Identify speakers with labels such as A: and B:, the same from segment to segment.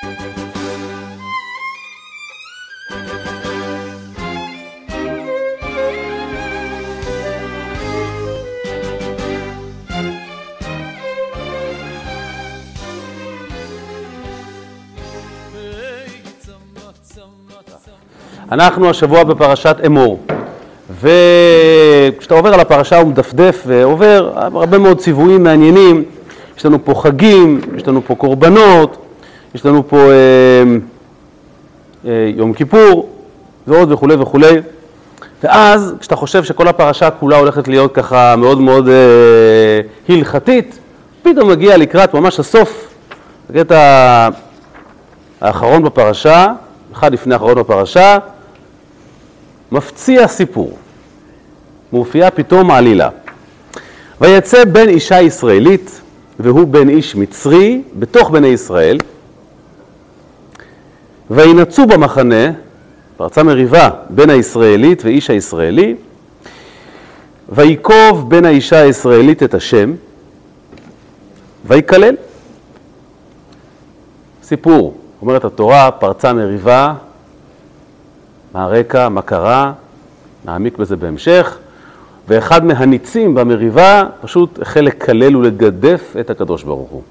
A: אנחנו השבוע בפרשת אמור, וכשאתה עובר על הפרשה הוא מדפדף ועובר הרבה מאוד ציוויים מעניינים. יש לנו פה חגים, יש לנו פה קורבנות, יש לנו פה יום כיפור ועוד וכו' וכו'. ואז כשאתה חושב שכל הפרשה כולה הולכת להיות ככה מאוד מאוד הלכתית, פתאום מגיע לקראת ממש הסוף, הקטע האחרון בפרשה, אחד לפני האחרון בפרשה, מפציע סיפור, מופיעה פתאום העלילה. ויצא בן אישה ישראלית והוא בן איש מצרי בתוך בני ישראל, וינצו במחנה, פרצה מריבה בין הישראלית ואיש הישראלי, ויקוב בן האישה הישראלית את השם, ויקלל. סיפור, אומרת התורה, פרצה מריבה, מה הרקע, מה קרה, נעמיק בזה בהמשך, ואחד מהניצים במריבה פשוט החל לקלל ולגדף את הקדוש ברוך הוא.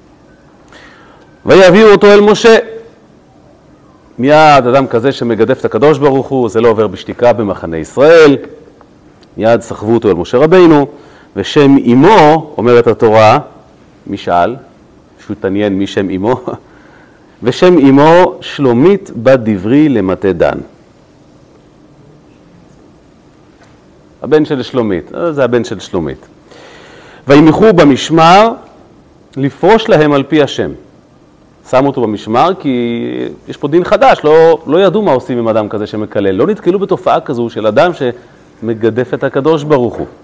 A: ויביאו אותו אל משה. מיד אדם כזה שמגדף את הקדוש ברוך הוא, זה לא עובר בשתיקה במחנה ישראל, מיד סחבו אותו אל משה רבינו, ושם אמו, אומרת התורה, מי שאל? שהוא תעניין מי שם אמו? ושם אמו שלומית בת דברי למטה דן. הבן של שלומית, זה הבן של שלומית. וימחו במשמר לפרוש להם על פי השם. שמו אותו במשמר כי יש פה דין חדש, לא ידעו מה עושים עם אדם כזה שמקלל. לא נתקלו בתופעה כזו של אדם שמגדף את הקדוש ברוך הוא.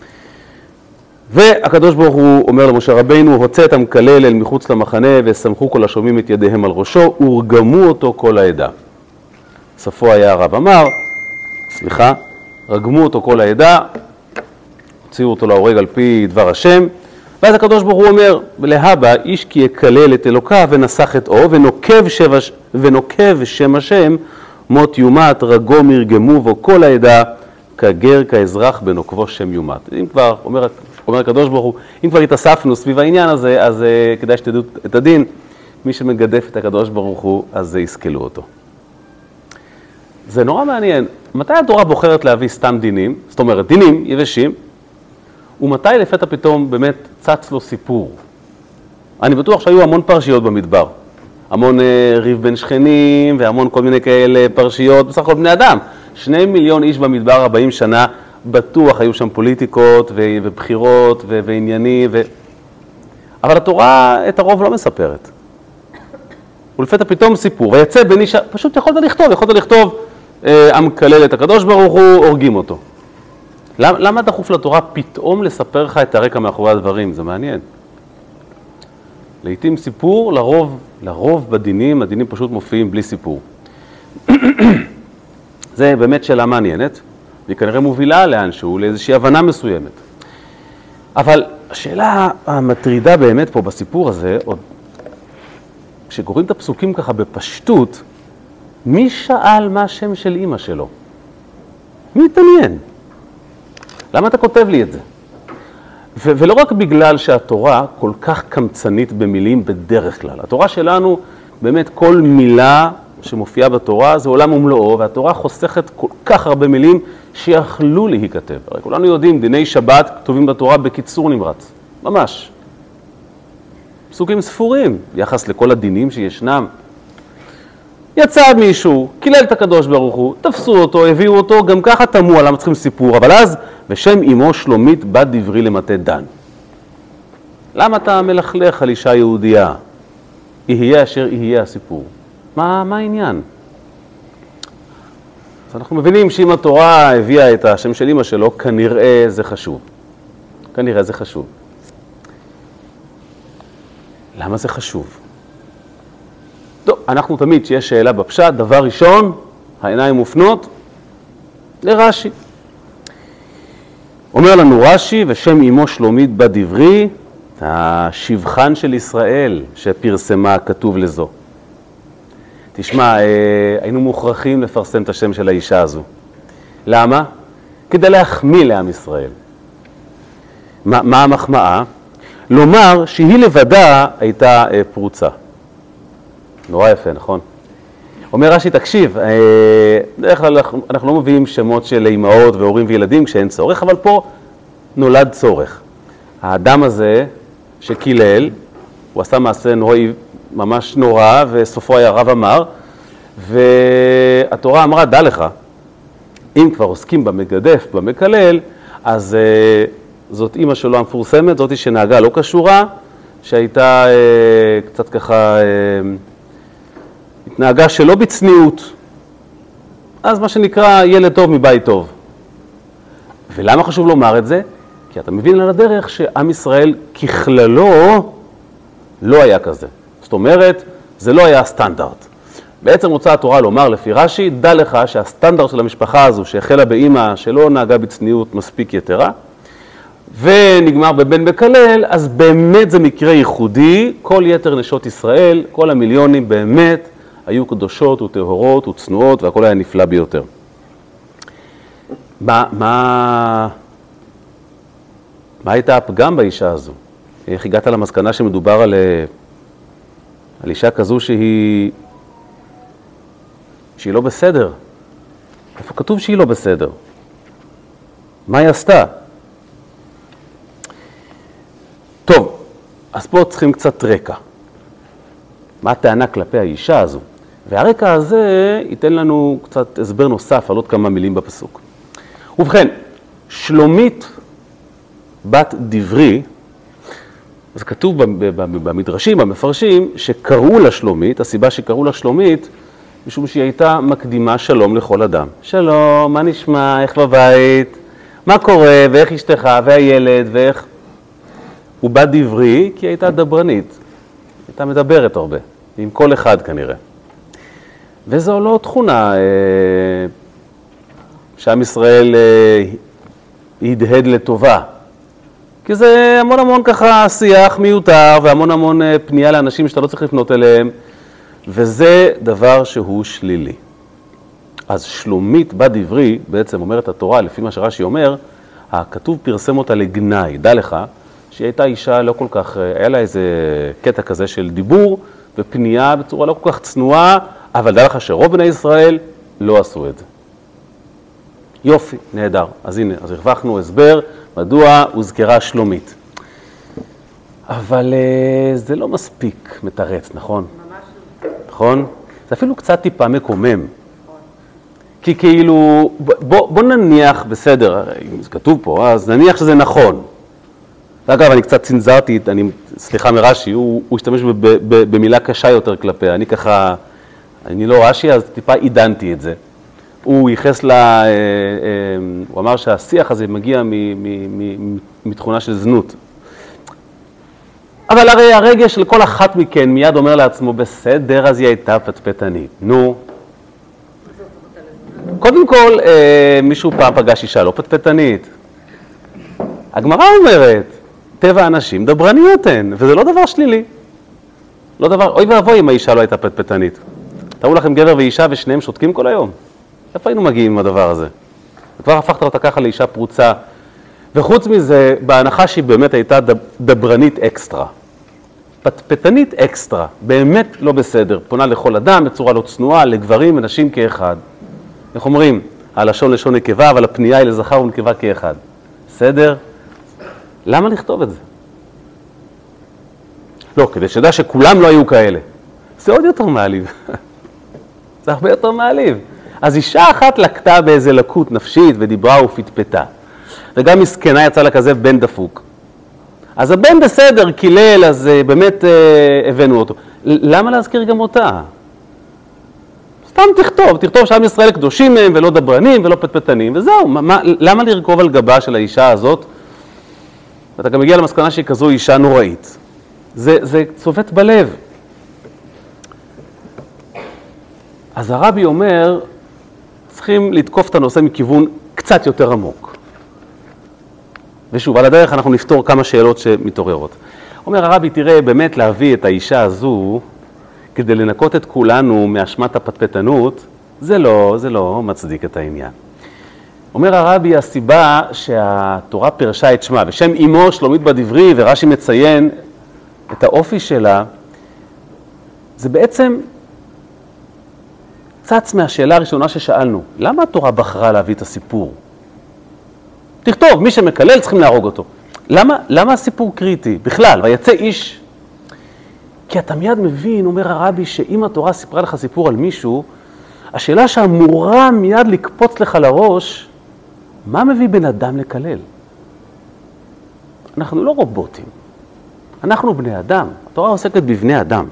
A: והקדוש ברוך הוא אומר למשה רבינו, הוצא את המקלל אל מחוץ למחנה וסמכו כל השומעים את ידיהם על ראשו ורגמו אותו כל העדה. ספו היה הרב אמר, רגמו אותו כל העדה, הוציאו אותו להורג על פי דבר השם, ואז הקדוש ברוך הוא אומר, להבא איש כי יקלל את אלוקיו ונשא חטאו ונוקב שם השם מות יומת רגו מרגמו בו כל העדה כגר כאזרח בנוקבו שם יומת. אם כבר אומר הקדוש ברוך הוא, אם כבר התאספנו סביב העניין הזה, אז כדאי שתדעו את הדין, מי שמגדף את הקדוש ברוך הוא, אז יסכלו אותו. זה נורא מעניין. מתי התורה בוחרת להביא סתם דינים, זאת אומרת דינים יבשים, ומתי לפתע פתאום באמת צץ לו סיפור? אני בטוח שהיו המון פרשיות במדבר, המון ריב בין שכנים והמון כל מיני כאלה פרשיות, בסך הכל בני אדם. 2 מיליון איש במדבר 40 שנה, בטוח היו שם פוליטיקות ובחירות ועניינים, אבל התורה את הרוב לא מספרת. ולפתע פתאום סיפור, ויצא בן אישה, פשוט יכולת לכתוב, המקלל את הקדוש ברוך הוא, הורגים אותו. למה דחוף לתורה פתאום לספר לך את הרקע מאחורי הדברים? זה מעניין. לעתים סיפור, לרוב בדינים, הדינים פשוט מופיעים בלי סיפור. זה באמת שאלה מעניינת, והיא כנראה מובילה לאנשהו, לאיזושהי הבנה מסוימת. אבל השאלה המטרידה באמת פה בסיפור הזה, עוד כשקוראים את הפסוקים ככה בפשטות, מי שאל מה השם של אמא שלו? מי התעניין? למה אתה כותב לי את זה? ולא רק בגלל שהתורה כל כך קמצנית במילים בדרך כלל. התורה שלנו, באמת כל מילה שמופיעה בתורה זה עולם ומלואו, והתורה חוסכת כל כך הרבה מילים שיכלו להיכתב. הרי כולנו יודעים, דיני שבת כתובים בתורה בקיצור נמרץ. ממש. פסוקים ספורים ביחס לכל הדינים שישנם. יצא מישהו, קילל את הקדוש ברוך הוא, תפסו אותו, הביאו אותו, גם ככה תמוה, למה צריכים סיפור, אבל אז, ושם אמו שלומית בת דברי למטה דן. למה אתה מלכלך על אישה יהודייה? יהיה אשר יהיה הסיפור. מה העניין? אז אנחנו מבינים שאם התורה הביאה את השם של אמא שלו, כנראה זה חשוב. למה זה חשוב? טוב, אנחנו תמיד שיש שאלה בפשט, דבר ראשון, העיניים מופנות לרש"י. אומר לנו רש"י, ושם אמו שלומית בת דברי, השבחן של ישראל שפרסמה כתוב לזו. תשמע, היינו מוכרחים לפרסם את השם של האישה הזו. למה? כדי להחמיא לעם ישראל. מה המחמאה? לומר שהיא לבדה הייתה פרוצה. נורא יפה, נכון? אומר רש"י, תקשיב, בדרך כלל אנחנו לא מביאים שמות של אמהות והורים וילדים כשאין צורך, אבל פה נולד צורך. האדם הזה שקילל, הוא עשה מעשה נוראי, ממש נורא, וסופו היה רב אמר, והתורה אמרה, דע לך, אם כבר עוסקים במגדף, במקלל, אז זאת אמא שלו המפורסמת, זאת שנהגה לא קשורה, שהייתה קצת ככה, התנהגה שלא בצניעות, אז מה שנקרא ילד טוב מבית טוב. ולמה חשוב לומר את זה? כי אתה מבין על הדרך שעם ישראל ככללו לא היה כזה. זאת אומרת, זה לא היה הסטנדרט. בעצם רוצה התורה לומר לפי רש"י, דע לך שהסטנדרט של המשפחה הזו שהחלה באמא שלא נהגה בצניעות מספיק יתרה, ונגמר בבן מקלל, אז באמת זה מקרה ייחודי, כל יתר נשות ישראל, כל המיליונים באמת היו קדושות וטהורות וצנועות והכל היה נפלא ביותר. מה הייתה הפגם באישה הזו? איך הגעת למסקנה שמדובר על אישה כזו שהיא לא בסדר? איפה כתוב שהיא לא בסדר? מה היא עשתה? טוב, אז פה צריכים קצת רקע. מה הטענה כלפי האישה הזו? והרקע הזה ייתן לנו קצת הסבר נוסף על עוד כמה מילים בפסוק. ובכן, שלומית בת דברי, אז כתוב במדרשים, במפרשים, שקראו לה שלומית, הסיבה שקראו לה שלומית, משום שהיא הייתה מקדימה שלום לכל אדם. שלום, מה נשמע, איך בבית, מה קורה, ואיך אשתך, והילד, ואיך... הוא בת דברי, כי היא הייתה דברנית, הייתה מדברת הרבה, עם כל אחד כנראה. וזו לא תכונה שעם ישראל ידהד לטובה. כי זה המון המון ככה שיח מיותר, והמון המון פנייה לאנשים שאתה לא צריך לפנות אליהם, וזה דבר שהוא שלילי. אז שלומית בת דברי, בעצם אומרת התורה, לפי מה שרש"י אומר, הכתוב פרסם אותה לגנאי. דע לך שהיא הייתה אישה לא כל כך, היה לה איזה קטע כזה של דיבור ופנייה בצורה לא כל כך צנועה, אבל דע לך שרוב בני ישראל לא עשו את זה. יופי, נהדר. אז הנה, אז הרווחנו הסבר מדוע הוזכרה שלומית. אבל זה לא מספיק מתרץ, נכון?
B: ממש לא.
A: נכון? זה אפילו קצת טיפה מקומם. כי כאילו, בוא נניח, בסדר, אם זה כתוב פה, אז נניח שזה נכון. אגב, אני קצת צנזרתי, סליחה מרש"י, הוא השתמש במילה קשה יותר כלפיה. אני ככה, אני לא רש"י, אז טיפה עידנתי את זה. הוא ייחס לה, הוא אמר שהשיח הזה מגיע מתכונה של זנות. אבל הרי הרגש של כל אחת מכן מיד אומר לעצמו, בסדר, אז היא הייתה פטפטנית. נו. קודם כל, מישהו פעם פגש אישה לא פטפטנית. הגמרא אומרת, טבע האנשים דברניות הן, וזה לא דבר שלילי. לא דבר, אוי ואבוי אם האישה לא הייתה פטפטנית. תראו לכם גבר ואישה ושניהם שותקים כל היום. איפה היינו מגיעים עם הדבר הזה? וכבר הפכת אותה ככה לאישה פרוצה. וחוץ מזה, בהנחה שהיא באמת הייתה דברנית אקסטרה. פטפטנית אקסטרה, באמת לא בסדר. פונה לכל אדם בצורה לא צנועה, לגברים ונשים כאחד. איך אומרים? הלשון לשון נקבה, אבל הפנייה היא לזכר ונקבה כאחד. בסדר? למה לכתוב את זה? לא, כדי שדע שכולם לא היו כאלה. זה עוד יותר מעליב. זה הרבה יותר מעליב. אז אישה אחת לקטה באיזה לקות נפשית ודיברה ופטפטה. וגם מסכנה יצא לה כזה בן דפוק. אז הבן בסדר, קילל, אז באמת הבאנו אותו. למה להזכיר גם אותה? סתם תכתוב שעם ישראל קדושים מהם ולא דברנים ולא פטפטנים, וזהו. למה לרכוב על גבה של האישה הזאת? ואתה גם מגיע למסקנה שהיא כזו אישה נוראית. זה צובט בלב. אז הרבי אומר, צריכים לתקוף את הנושא מכיוון קצת יותר עמוק. ושוב, על הדרך אנחנו נפתור כמה שאלות שמתעוררות. אומר הרבי, תראה, באמת להביא את האישה הזו כדי לנקות את כולנו מאשמת הפטפטנות, זה לא מצדיק את העניין. אומר הרבי, הסיבה שהתורה פרשה את שמה, ושם אמו שלומית בדברי, ורש"י מציין את האופי שלה, זה בעצם צץ מהשאלה הראשונה ששאלנו, למה התורה בחרה להביא את הסיפור? תכתוב, מי שמקלל צריכים להרוג אותו. למה הסיפור קריטי? בכלל, ויצא איש. כי אתה מיד מבין, אומר הרבי, שאם התורה סיפרה לך סיפור על מישהו, השאלה שאמורה מיד לקפוץ לך לראש, מה מביא בן אדם לקלל? אנחנו לא רובוטים. אנחנו בני אדם. התורה עוסקת בבני אדם.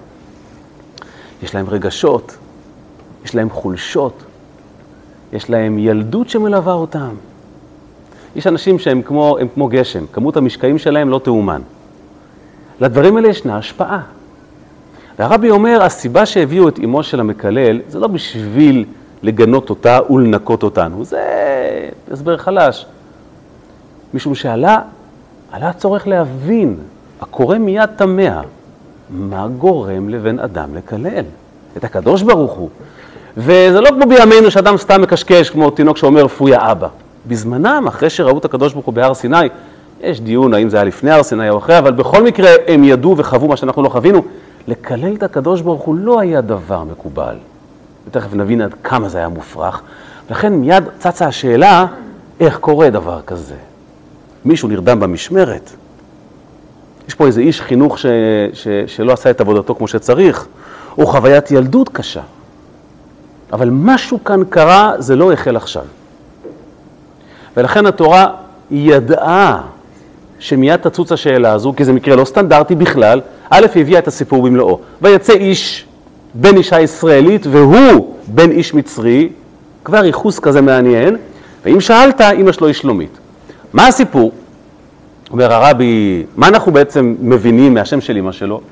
A: יש להם רגשות, יש להם חולשות, יש להם ילדות שמלווה אותם. יש אנשים שהם כמו גשם, כמות המשקעים שלהם לא תאומן. לדברים האלה ישנה השפעה. והרבי אומר, הסיבה שהביאו את אמו של המקלל, זה לא בשביל לגנות אותה ולנקות אותנו. זה הסבר חלש. משום שעלה הצורך להבין, הקורא מיד תמה, מה גורם לבן אדם לקלל? את הקדוש ברוך הוא. וזה לא כמו בימינו שאדם סתם מקשקש, כמו תינוק שאומר פויה אבא. בזמנם, אחרי שראו את הקדוש ברוך הוא בהר סיני, יש דיון האם זה היה לפני הר סיני או אחרי, אבל בכל מקרה הם ידעו וחוו מה שאנחנו לא חווינו. לקלל את הקדוש ברוך הוא לא היה דבר מקובל. ותכף נבין עד כמה זה היה מופרך. לכן מיד צצה השאלה, איך קורה דבר כזה? מישהו נרדם במשמרת. יש פה איזה איש חינוך שלא עשה את עבודתו כמו שצריך, או חוויית ילדות קשה. אבל משהו כאן קרה, זה לא החל עכשיו. ולכן התורה ידעה שמיד תצוץ השאלה הזו, כי זה מקרה לא סטנדרטי בכלל, א' הביאה את הסיפור במלואו. ויצא איש בן אישה ישראלית, והוא בן איש מצרי, כבר ייחוס כזה מעניין, ואם שאלת, אמא שלו היא שלומית. מה הסיפור? אומר הרבי, מה אנחנו בעצם מבינים מהשם של אמא שלו?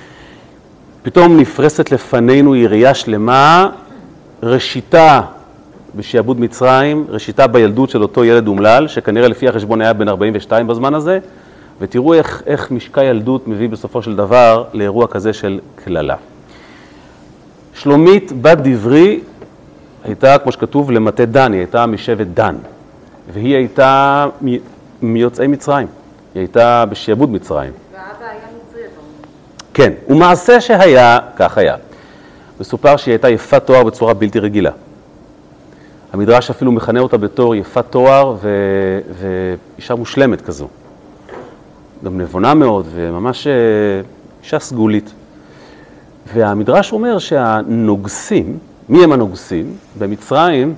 A: פתאום נפרסת לפנינו יריעה שלמה, ראשיתה בשעבוד מצרים, ראשיתה בילדות של אותו ילד אומלל, שכנראה לפי החשבון היה בן 42 בזמן הזה, ותראו איך משקע ילדות מביא בסופו של דבר לאירוע כזה של כללה. שלומית בת דברי הייתה, כמו שכתוב, למטה דן, היא הייתה משבט דן, והיא הייתה מיוצאי מצרים, היא הייתה בשעבוד מצרים.
B: והאבא היה מצרי,
A: כן, ומעשה שהיה, כך היה. מסופר שהיא הייתה יפת תואר בצורה בלתי רגילה. המדרש אפילו מכנה אותה בתור יפת תואר ואישה מושלמת כזו. גם נבונה מאוד וממש אישה סגולית. והמדרש אומר שהנוגסים, מי הם הנוגסים? במצרים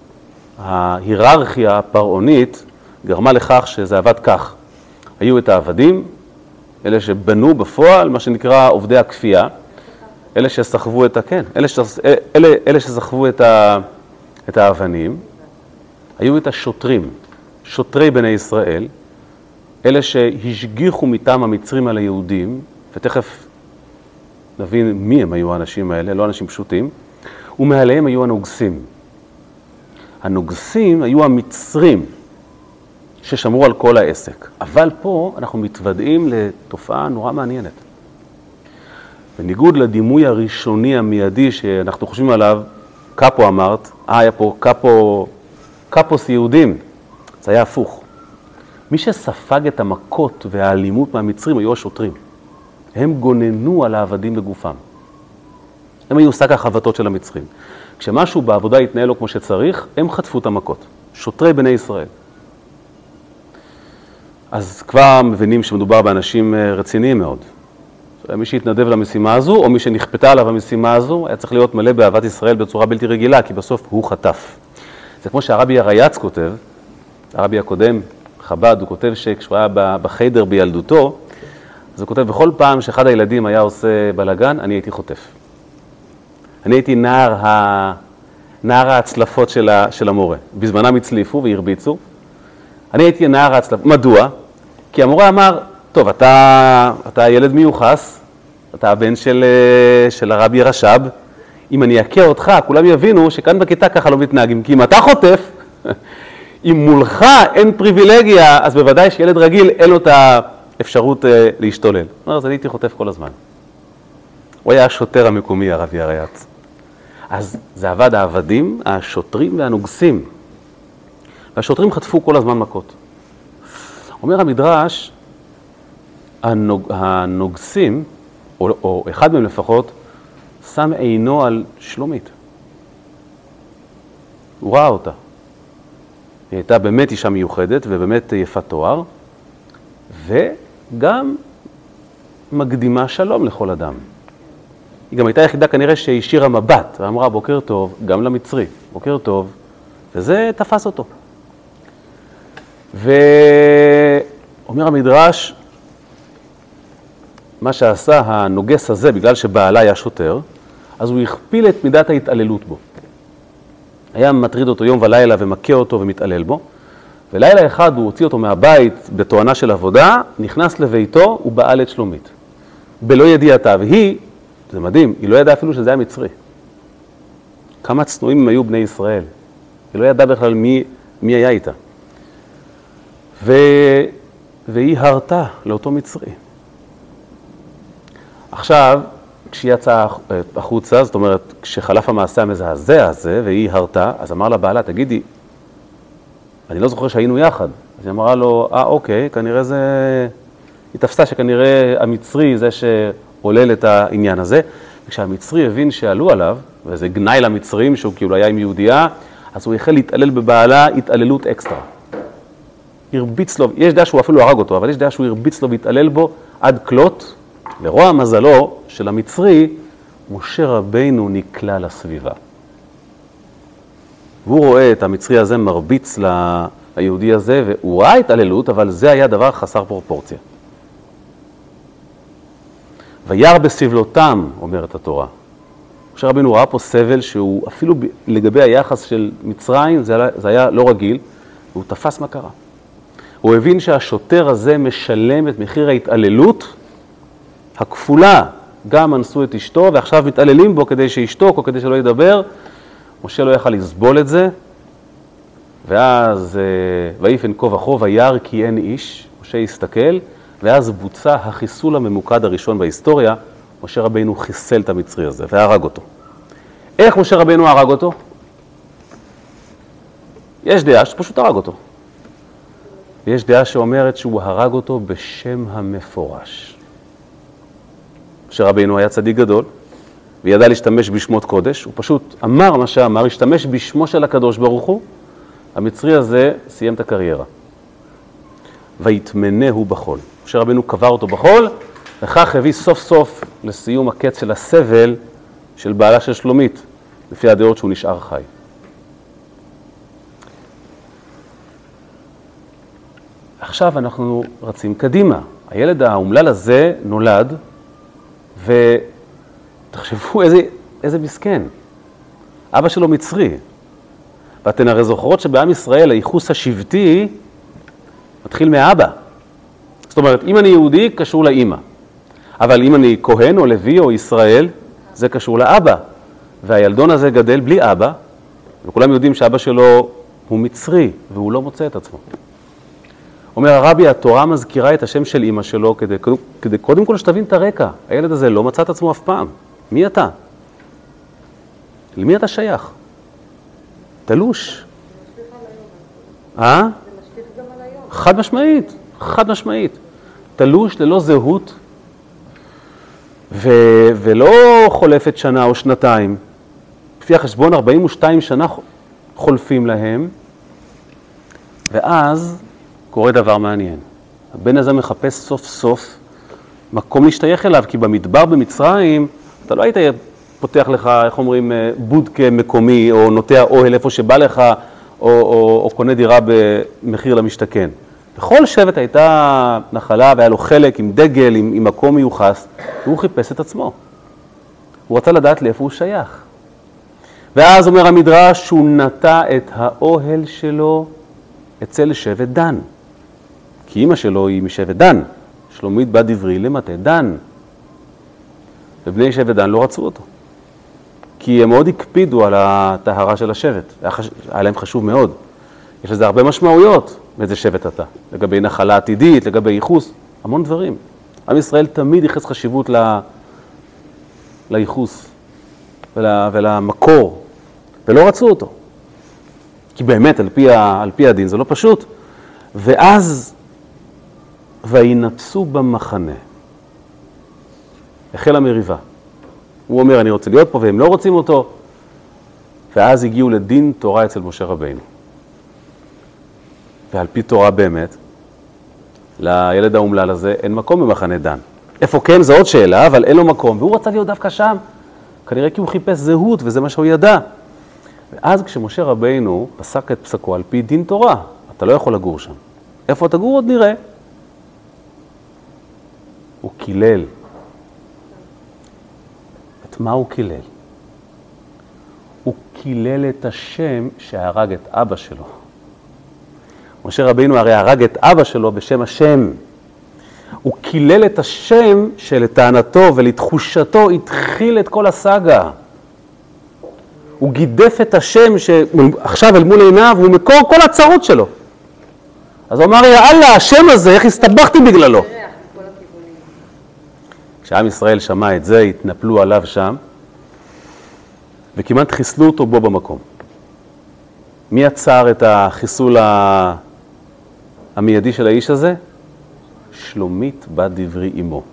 A: ההיררכיה הפרעונית גרמה לכך שזה עבד כך. היו את העבדים, אלה שבנו בפועל, מה שנקרא עובדי הכפייה, אלה שסחבו את אלה שסחבו את האבנים, היו את השוטרים, שוטרי בני ישראל, אלה שהשגיחו מטעם המצרים על היהודים, ותכף נבין מי הם היו האנשים האלה, לא אנשים פשוטים, ומעליהם היו הנוגסים. הנוגסים היו המצרים ששמרו על כל העסק. אבל פה אנחנו מתוודעים לתופעה נורא מעניינת. בניגוד לדימוי הראשוני המיידי שאנחנו חושבים עליו, קאפו אמרת, היה פה קאפוס יהודים. זה היה הפוך. מי שספג את המכות והאלימות מהמצרים היו השוטרים. הם גוננו על העבדים בגופם. הם היו שק החבטות של המצרים. כשמשהו בעבודה התנהל לו כמו שצריך, הם חטפו את המכות. שוטרי בני ישראל. אז כבר מבינים שמדובר באנשים רציניים מאוד. מי שהתנדב למשימה הזו, או מי שנכפתה עליו המשימה הזו, היה צריך להיות מלא באהבת ישראל בצורה בלתי רגילה, כי בסוף הוא חטף. זה כמו שהרבי הרייץ כותב, הרבי הקודם, חב"ד, הוא כותב שכשהוא היה בחדר בילדותו, אז הוא כותב, בכל פעם שאחד הילדים היה עושה בלגן, אני הייתי חוטף. אני הייתי נער ההצלפות של המורה. בזמנם הצליפו והרביצו. אני הייתי נער ההצלפות. מדוע? כי המורה אמר, טוב, אתה ילד מיוחס, אתה הבן של הרבי הרש"ב, אם אני אכה אותך, כולם יבינו שכאן בכיתה ככה לא מתנהגים, כי אם אתה חוטף, אם מולך אין פריבילגיה, אז בוודאי שילד רגיל אין לו את האפשרות להשתולל. אז אני הייתי חוטף כל הזמן. הוא היה השוטר המקומי, הרב ירייץ. אז זה עבד העבדים, השוטרים והנוגסים. והשוטרים חטפו כל הזמן מכות. אומר המדרש, הנוגסים, או אחד מהם לפחות, שם עינו על שלומית. הוא ראה אותה. היא הייתה באמת אישה מיוחדת ובאמת יפת תואר, וגם מקדימה שלום לכל אדם. היא גם הייתה יחידה כנראה שהשאירה מבט, ואמרה בוקר טוב, גם למצרי, בוקר טוב, וזה תפס אותו. ואומר המדרש, מה שעשה הנוגס הזה, בגלל שבעלה היה שוטר, אז הוא הכפיל את מידת ההתעללות בו. היה מטריד אותו יום ולילה ומכה אותו ומתעלל בו, ולילה אחד הוא הוציא אותו מהבית בתואנה של עבודה, נכנס לביתו ובעל את שלומית. בלא ידיעתה, והיא, זה מדהים, היא לא ידעה אפילו שזה היה מצרי. כמה צנועים הם היו בני ישראל. היא לא ידעה בכלל מי היה איתה. והיא הרתה לאותו מצרי. עכשיו, כשהיא יצאה החוצה, זאת אומרת, כשחלף המעשה המזעזע הזה, והיא הרתה, אז אמר לה בעלה, תגידי, אני לא זוכר שהיינו יחד. אז היא אמרה לו, אוקיי, כנראה זה... היא תפסה שכנראה המצרי זה שעולל את העניין הזה. וכשהמצרי הבין שעלו עליו, וזה גנאי למצרים, שהוא כאילו היה עם יהודייה, אז הוא החל להתעלל בבעלה התעללות אקסטרה. הרביץ לו, יש דעה שהוא אפילו הרג אותו, אבל יש דעה שהוא הרביץ לו והתעלל בו עד כלות. לרוע מזלו של המצרי, משה רבינו נקלע לסביבה. והוא רואה את המצרי הזה מרביץ ליהודי הזה, והוא ראה התעללות, אבל זה היה דבר חסר פרופורציה. וירא בסבלותם, אומרת התורה. משה רבינו ראה פה סבל שהוא אפילו לגבי היחס של מצרים, זה היה לא רגיל, והוא תפס מה קרה. הוא הבין שהשוטר הזה משלם את מחיר ההתעללות, הכפולה, גם אנסו את אשתו, ועכשיו מתעללים בו כדי שישתוק או כדי שלא ידבר. משה לא יכל לסבול את זה, ואז ויפן כה וכה וירא כי אין איש, משה הסתכל, ואז בוצע החיסול הממוקד הראשון בהיסטוריה, משה רבינו חיסל את המצרי הזה והרג אותו. איך משה רבינו הרג אותו? יש דעה שפשוט הרג אותו. ויש דעה שאומרת שהוא הרג אותו בשם המפורש. משה רבינו היה צדיק גדול, וידע להשתמש בשמות קודש, הוא פשוט אמר מה שאמר, השתמש בשמו של הקדוש ברוך הוא, המצרי הזה סיים את הקריירה. ויתמנהו בחול. משה רבינו קבר אותו בחול, וכך הביא סוף סוף לסיום הקץ של הסבל של בעלה של שלומית, לפי הדעות שהוא נשאר חי. עכשיו אנחנו רצים קדימה. הילד האומלל הזה נולד, ותחשבו איזה מסכן. אבא שלו מצרי. ואתן הרי זוכרות שבעם ישראל הייחוס השבטי מתחיל מהאבא. זאת אומרת, אם אני יהודי, קשור לאמא. אבל אם אני כהן או לוי או ישראל, זה קשור לאבא. והילדון הזה גדל בלי אבא, וכולם יודעים שאבא שלו הוא מצרי, והוא לא מוצא את עצמו. אומר הרבי, התורה מזכירה את השם של אמא שלו כדי קודם כל שתבין את הרקע. הילד הזה לא מצא את עצמו אף פעם. מי אתה? למי אתה שייך? תלוש.
B: זה משליך על היום. זה משליך גם על היום.
A: חד משמעית, חד משמעית. תלוש ללא זהות, ולא חולפת שנה או שנתיים. לפי החשבון 42 שנה חולפים להם, ואז קורה דבר מעניין. הבן הזה מחפש סוף סוף מקום להשתייך אליו, כי במדבר במצרים, אתה לא היית פותח לך, איך אומרים, בודקה מקומי, או נוטע אוהל איפה שבא לך, או קונה דירה במחיר למשתכן. בכל שבט הייתה נחלה, והיה לו חלק עם דגל, עם מקום מיוחס, והוא חיפש את עצמו. הוא רצה לדעת לאיפה הוא שייך. ואז אומר המדרש שהוא נטע את האוהל שלו אצל שבט דן. כי אמא שלו היא משבט דן. שלומית בת דברי למטה דן. ובני שבט דן לא רצו אותו. כי הם מאוד הקפידו על הטהרה של השבט. היה להם חשוב מאוד. יש לזה הרבה משמעויות באיזה שבט אתה. לגבי נחלה עתידית, לגבי ייחוס, המון דברים. עם ישראל תמיד ייחס חשיבות לייחוס ולמקור, ולא רצו אותו. כי באמת, על פי הדין, זה לא פשוט. ואז, וינפסו במחנה. החלה מריבה. הוא אומר, אני רוצה להיות פה, והם לא רוצים אותו. ואז הגיעו לדין תורה אצל משה רבינו. ועל פי תורה באמת, לילד האומלל הזה אין מקום במחנה דן. איפה כן, זו עוד שאלה, אבל אין לו מקום. והוא רצה להיות דווקא שם. כנראה כי הוא חיפש זהות, וזה מה שהוא ידע. ואז כשמשה רבינו פסק את פסקו על פי דין תורה, אתה לא יכול לגור שם. איפה תגור עוד נראה? הוא קילל. את מה הוא קילל? הוא קילל את השם שהרג את אבא שלו. משה רבינו הרי הרג את אבא שלו בשם השם. הוא קילל את השם שלטענתו ולתחושתו התחיל את כל הסאגה. הוא גידף את השם שעכשיו אל מול עיניו הוא מקור כל הצרות שלו. אז הוא אמר, יאללה, השם הזה, איך הסתבכתי בגללו? כשעם ישראל שמע את זה, התנפלו עליו שם, וכמעט חיסלו אותו בו במקום. מי עצר את החיסול המיידי של האיש הזה? שלומית בת דברי אמו.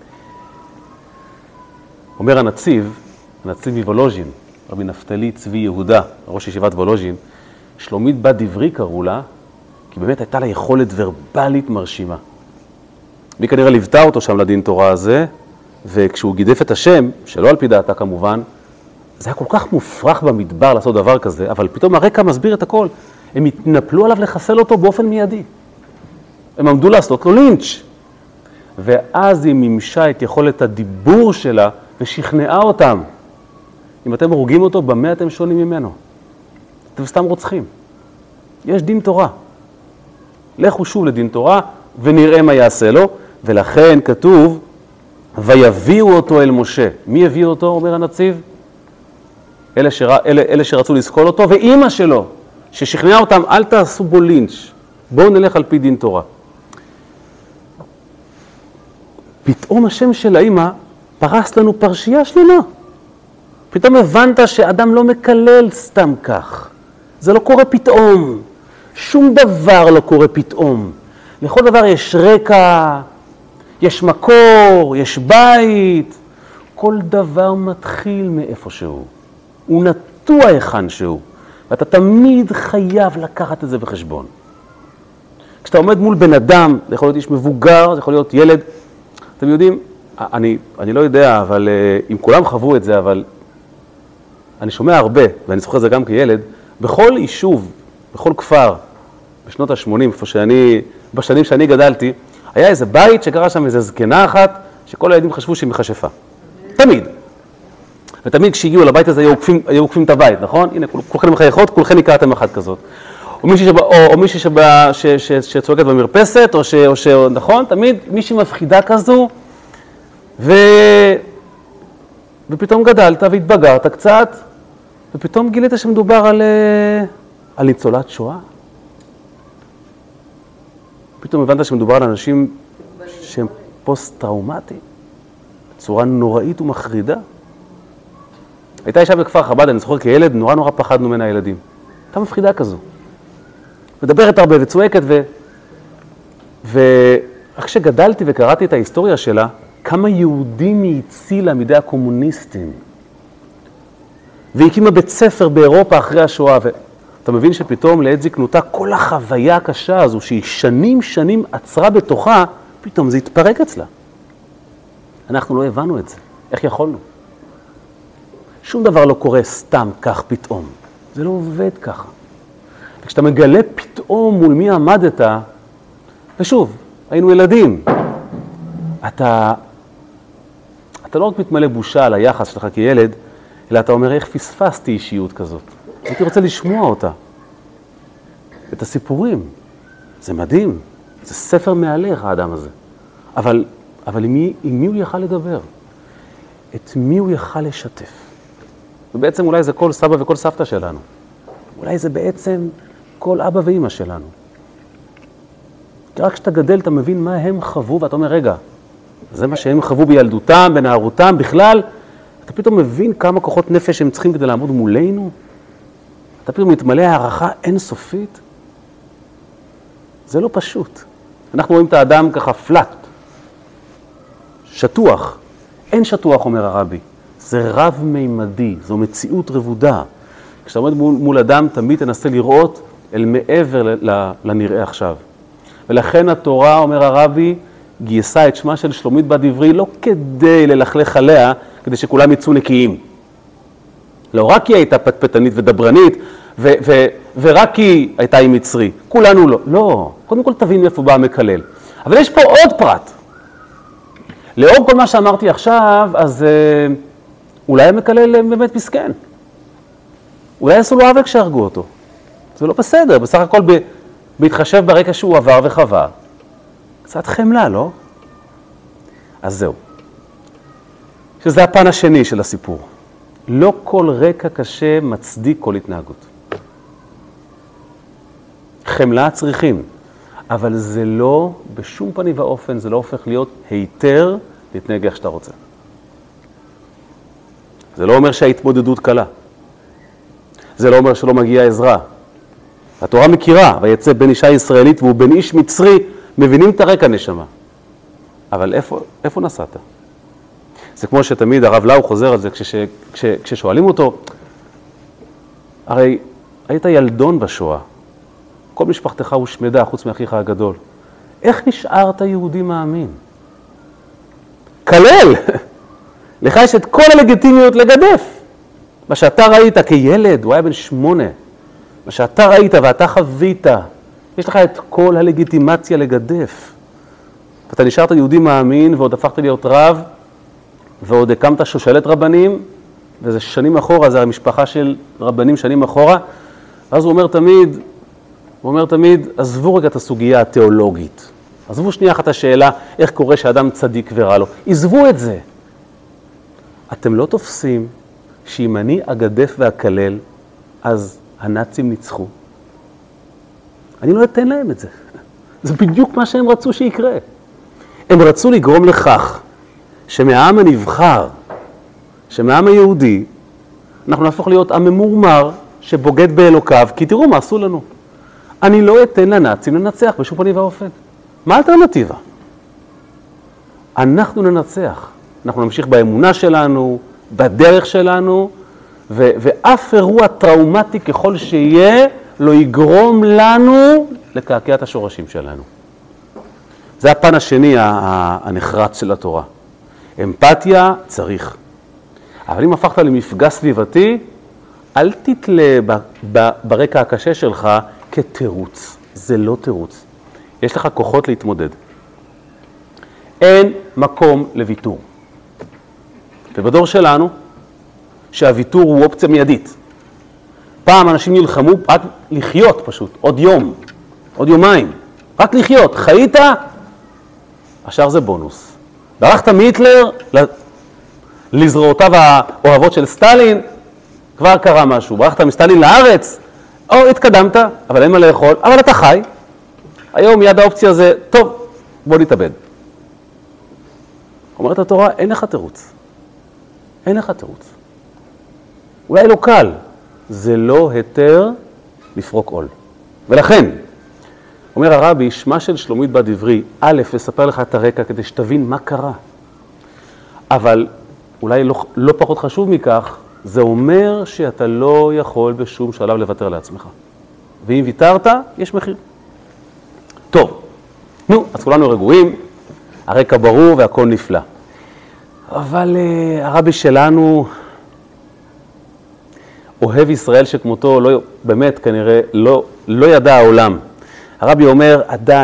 A: אומר הנציב מוולוז'ין, רבי נפתלי צבי יהודה, ראש ישיבת וולוז'ין, שלומית בת דברי קראו לה, כי באמת הייתה לה יכולת ורבלית מרשימה. והיא כנראה ליוותה אותו שם לדין תורה הזה, וכשהוא גידף את השם, שלא על פי דעתה כמובן, זה היה כל כך מופרך במדבר לעשות דבר כזה, אבל פתאום הרקע מסביר את הכל. הם התנפלו עליו לחסל אותו באופן מיידי. הם עמדו לעשות לו לינץ'. ואז היא מימשה את יכולת הדיבור שלה ושכנעה אותם. אם אתם הורגים אותו, במה אתם שונים ממנו? אתם סתם רוצחים. יש דין תורה. לכו שוב לדין תורה ונראה מה יעשה לו, ולכן כתוב, ויביאו אותו אל משה. מי הביא אותו, אומר הנציב? אלה שרצו לסקול אותו, ואימא שלו, ששכנעה אותם, אל תעשו בו לינץ', בואו נלך על פי דין תורה. פתאום השם של האימא פרס לנו פרשייה שלמה. פתאום הבנת שאדם לא מקלל סתם כך. זה לא קורה פתאום. שום דבר לא קורה פתאום. לכל דבר יש רקע, יש מקור, יש בית. כל דבר מתחיל מאיפשהו. הוא נטוע היכן שהוא. ואתה תמיד חייב לקחת את זה בחשבון. כשאתה עומד מול בן אדם, זה יכול להיות איש מבוגר, זה יכול להיות ילד. אתם יודעים, אני לא יודע, אבל אם כולם חוו את זה, אבל אני שומע הרבה, ואני זוכר את זה גם כילד, בכל יישוב, בכל כפר, בשנות ה-80, בשנים שאני גדלתי, היה איזה בית שקרה שם איזו זקנה אחת, שכל הילדים חשבו שהיא מכשפה. תמיד. ותמיד כשהגיעו לבית הזה היו עוקפים את הבית, נכון? הנה, כולכם מחייכות, כולכם הכרתם אחת כזאת. או מישהי שצועקת במרפסת, או נכון? תמיד מישהי מפחידה כזו, ופתאום גדלת והתבגרת קצת, ופתאום גילית שמדובר על ניצולת שואה. פתאום הבנת שמדובר על אנשים שהם פוסט-טראומטיים, בצורה נוראית ומחרידה. הייתה אישה בכפר חב"ד, אני זוכר כילד, נורא פחדנו ממנה הילדים. הייתה מפחידה כזו. מדברת הרבה וצועקת, ואיך שגדלתי וקראתי את ההיסטוריה שלה, כמה יהודים היא הצילה מידי הקומוניסטים. והיא הקימה בית ספר באירופה אחרי השואה, ואתה מבין שפתאום לעת זקנותה, כל החוויה הקשה הזו, שהיא שנים עצרה בתוכה, פתאום זה התפרק אצלה. אנחנו לא הבנו את זה. איך יכולנו? שום דבר לא קורה סתם כך פתאום. זה לא עובד ככה. וכשאתה מגלה פתאום מול מי עמדת, ושוב, היינו ילדים, אתה לא רק מתמלא בושה על היחס שלך כילד, אלא אתה אומר, איך פספסתי אישיות כזאת? הייתי רוצה לשמוע אותה. את הסיפורים. זה מדהים. זה ספר מעליך, האדם הזה. אבל עם מי הוא יכל לדבר? את מי הוא יכל לשתף? ובעצם אולי זה כל סבא וכל סבתא שלנו. אולי זה בעצם כל אבא ואמא שלנו. כי רק כשאתה גדל, אתה מבין מה הם חוו, ואתה אומר, רגע, זה מה שהם חוו בילדותם, בנערותם, בכלל, אתה פתאום מבין כמה כוחות נפש הם צריכים כדי לעמוד מולנו? אתה פתאום מתמלא הערכה אינסופית? זה לא פשוט. אנחנו רואים את האדם ככה פלט, שטוח. אין שטוח, אומר הרבי. זה רב-מימדי, זו מציאות רבודה. כשאתה עומד מול אדם, תמיד תנסה לראות אל מעבר לנראה עכשיו. ולכן התורה, אומר הרבי, גייסה את שמה של שלומית בת דברי לא כדי ללכלך עליה, כדי שכולם יצאו נקיים. לא רק היא הייתה פטפטנית ודברנית, ורק היא הייתה עם מצרי. כולנו לא. לא. קודם כל תבין איפה בא המקלל. אבל יש פה עוד פרט. לאור כל מה שאמרתי עכשיו, אז אולי המקלל באמת מסכן. אולי עשו לו עוול כשהרגו אותו. זה לא בסדר. בסך הכל בהתחשב ברקע שהוא עבר וחווה. קצת חמלה, לא? אז זהו. שזה הפן השני של הסיפור. לא כל רקע קשה מצדיק כל התנהגות. חמלה צריכים, אבל זה לא, בשום פנים ואופן, זה לא הופך להיות היתר להתנהג איך שאתה רוצה. זה לא אומר שההתמודדות קלה. זה לא אומר שלא מגיעה עזרה. התורה מכירה, ויצא בן אישה ישראלית והוא בן איש מצרי, מבינים את הרקע נשמה. אבל איפה נסעת? זה כמו שתמיד הרב לאו חוזר על זה כששואלים אותו, הרי היית ילדון בשואה, כל משפחתך הושמדה חוץ מאחיך הגדול. איך נשארת יהודי מאמין? כלל! לך יש את כל הלגיטימיות לגדף. מה שאתה ראית כילד, הוא היה בן 8, מה שאתה ראית ואתה חווית, יש לך את כל הלגיטימציה לגדף. אתה נשארת יהודי מאמין ועוד הפכת להיות רב, ועוד הקמת שושלת רבנים, וזה שנים אחורה, זה המשפחה של רבנים שנים אחורה, אז הוא אומר תמיד, עזבו רגע את הסוגיה התיאולוגית. עזבו שנייה אחת השאלה, איך קורה שאדם צדיק ורע לו. עזבו את זה. אתם לא תופסים שאם אני אגדף ואקלל, אז הנאצים ניצחו. אני לא אתן להם את זה. זה בדיוק מה שהם רצו שיקרה. הם רצו לגרום לכך שמהעם הנבחר, שמהעם היהודי, אנחנו נהפוך להיות עם ממורמר שבוגד באלוקיו, כי תראו מה עשו לנו. אני לא אתן לנאצים לנצח בשום פנים ואופן. מה האלטרנטיבה? אנחנו ננצח. אנחנו נמשיך באמונה שלנו, בדרך שלנו, ואף אירוע טראומטי ככל שיהיה, לא יגרום לנו לקעקע את השורשים שלנו. זה הפן השני הנחרץ של התורה. אמפתיה צריך. אבל אם הפכת למפגע סביבתי, אל תתלה ברקע הקשה שלך כתירוץ. זה לא תירוץ. יש לך כוחות להתמודד. אין מקום לוויתור. ובדור שלנו, שהוויתור הוא אופציה מיידית. פעם אנשים נלחמו רק לחיות פשוט, עוד יום, עוד יומיים. רק לחיות. חיית, השאר זה בונוס. ברחת מהיטלר לזרועותיו האוהבות של סטלין, כבר קרה משהו. ברחת מסטלין לארץ, או התקדמת, אבל אין מה לאכול, אבל אתה חי. היום מיד האופציה זה, טוב, בוא נתאבד. אומרת התורה, אין לך תירוץ. אין לך תירוץ. אולי לא קל, זה לא היתר לפרוק עול. ולכן, אומר הרבי, שמה של שלומית בת דברי, א', לספר לך את הרקע כדי שתבין מה קרה. אבל אולי לא פחות חשוב מכך, זה אומר שאתה לא יכול בשום שלב לוותר לעצמך. ואם ויתרת, יש מחיר. טוב, נו, אז כולנו רגועים, הרקע ברור והכל נפלא. אבל הרבי שלנו, אוהב ישראל שכמותו, לא, באמת כנראה לא ידע העולם. הרבי אומר,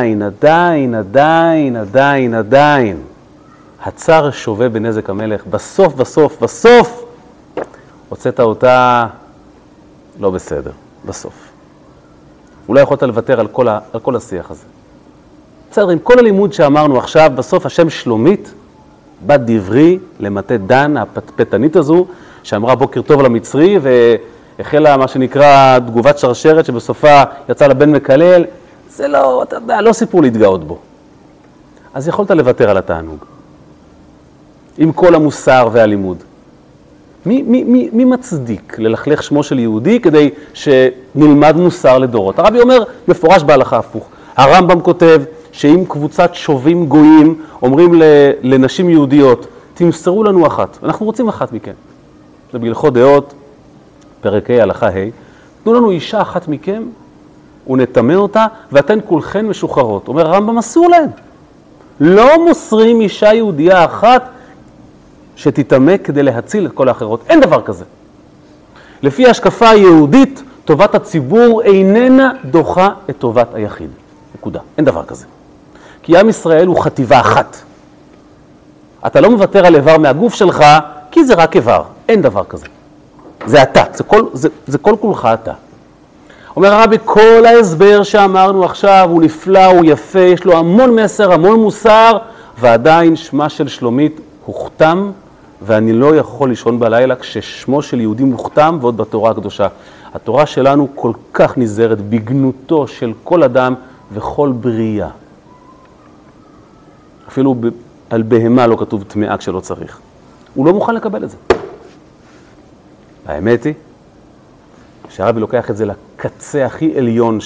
A: עדיין, הצר שווה בנזק המלך. בסוף, הוצאת אותה לא בסדר, בסוף. אולי יכולת לוותר על כל השיח הזה. בסדר, עם כל הלימוד שאמרנו עכשיו, בסוף השם שלומית, בת דברי, למטה דן, הפטפטנית הזו, שאמרה בוקר טוב למצרי, והחלה מה שנקרא תגובת שרשרת, שבסופה יצא לבן מקלל, זה לא, אתה יודע, לא סיפור להתגאות בו. אז יכולת לוותר על התענוג. עם כל המוסר והלימוד. מי מצדיק ללכלך שמו של יהודי כדי שנלמד מוסר לדורות? הרבי אומר מפורש בהלכה הפוך. הרמב"ם כותב שאם קבוצת שובים גויים אומרים לנשים יהודיות, תמסרו לנו אחת, אנחנו רוצים אחת מכם. זה בהלכות דעות, פרק ה' הלכה ה', תנו לנו אישה אחת מכם ונטמא אותה ואתן כולכן משוחררות. אומר הרמב"ם, אסור להם. לא מוסרים אישה יהודייה אחת שתטמא כדי להציל את כל האחרות. אין דבר כזה. לפי ההשקפה היהודית, טובת הציבור איננה דוחה את טובת היחיד. נקודה. אין דבר כזה. כי עם ישראל הוא חטיבה אחת. אתה לא מוותר על איבר מהגוף שלך, כי זה רק איבר. אין דבר כזה. זה אתה. זה כל כולך אתה. אומר הרבי, כל ההסבר שאמרנו עכשיו הוא נפלא, הוא יפה, יש לו המון מסר, המון מוסר, ועדיין שמה של שלומית הוכתם, ואני לא יכול לישון בלילה כששמו של יהודי מוכתם ועוד בתורה הקדושה. התורה שלנו כל כך נזהרת בגנותו של כל אדם וכל בריאה. אפילו על בהמה לא כתוב טמאה כשלא צריך. הוא לא מוכן לקבל את זה. האמת היא שהרבי לוקח את זה לקצה הכי עליון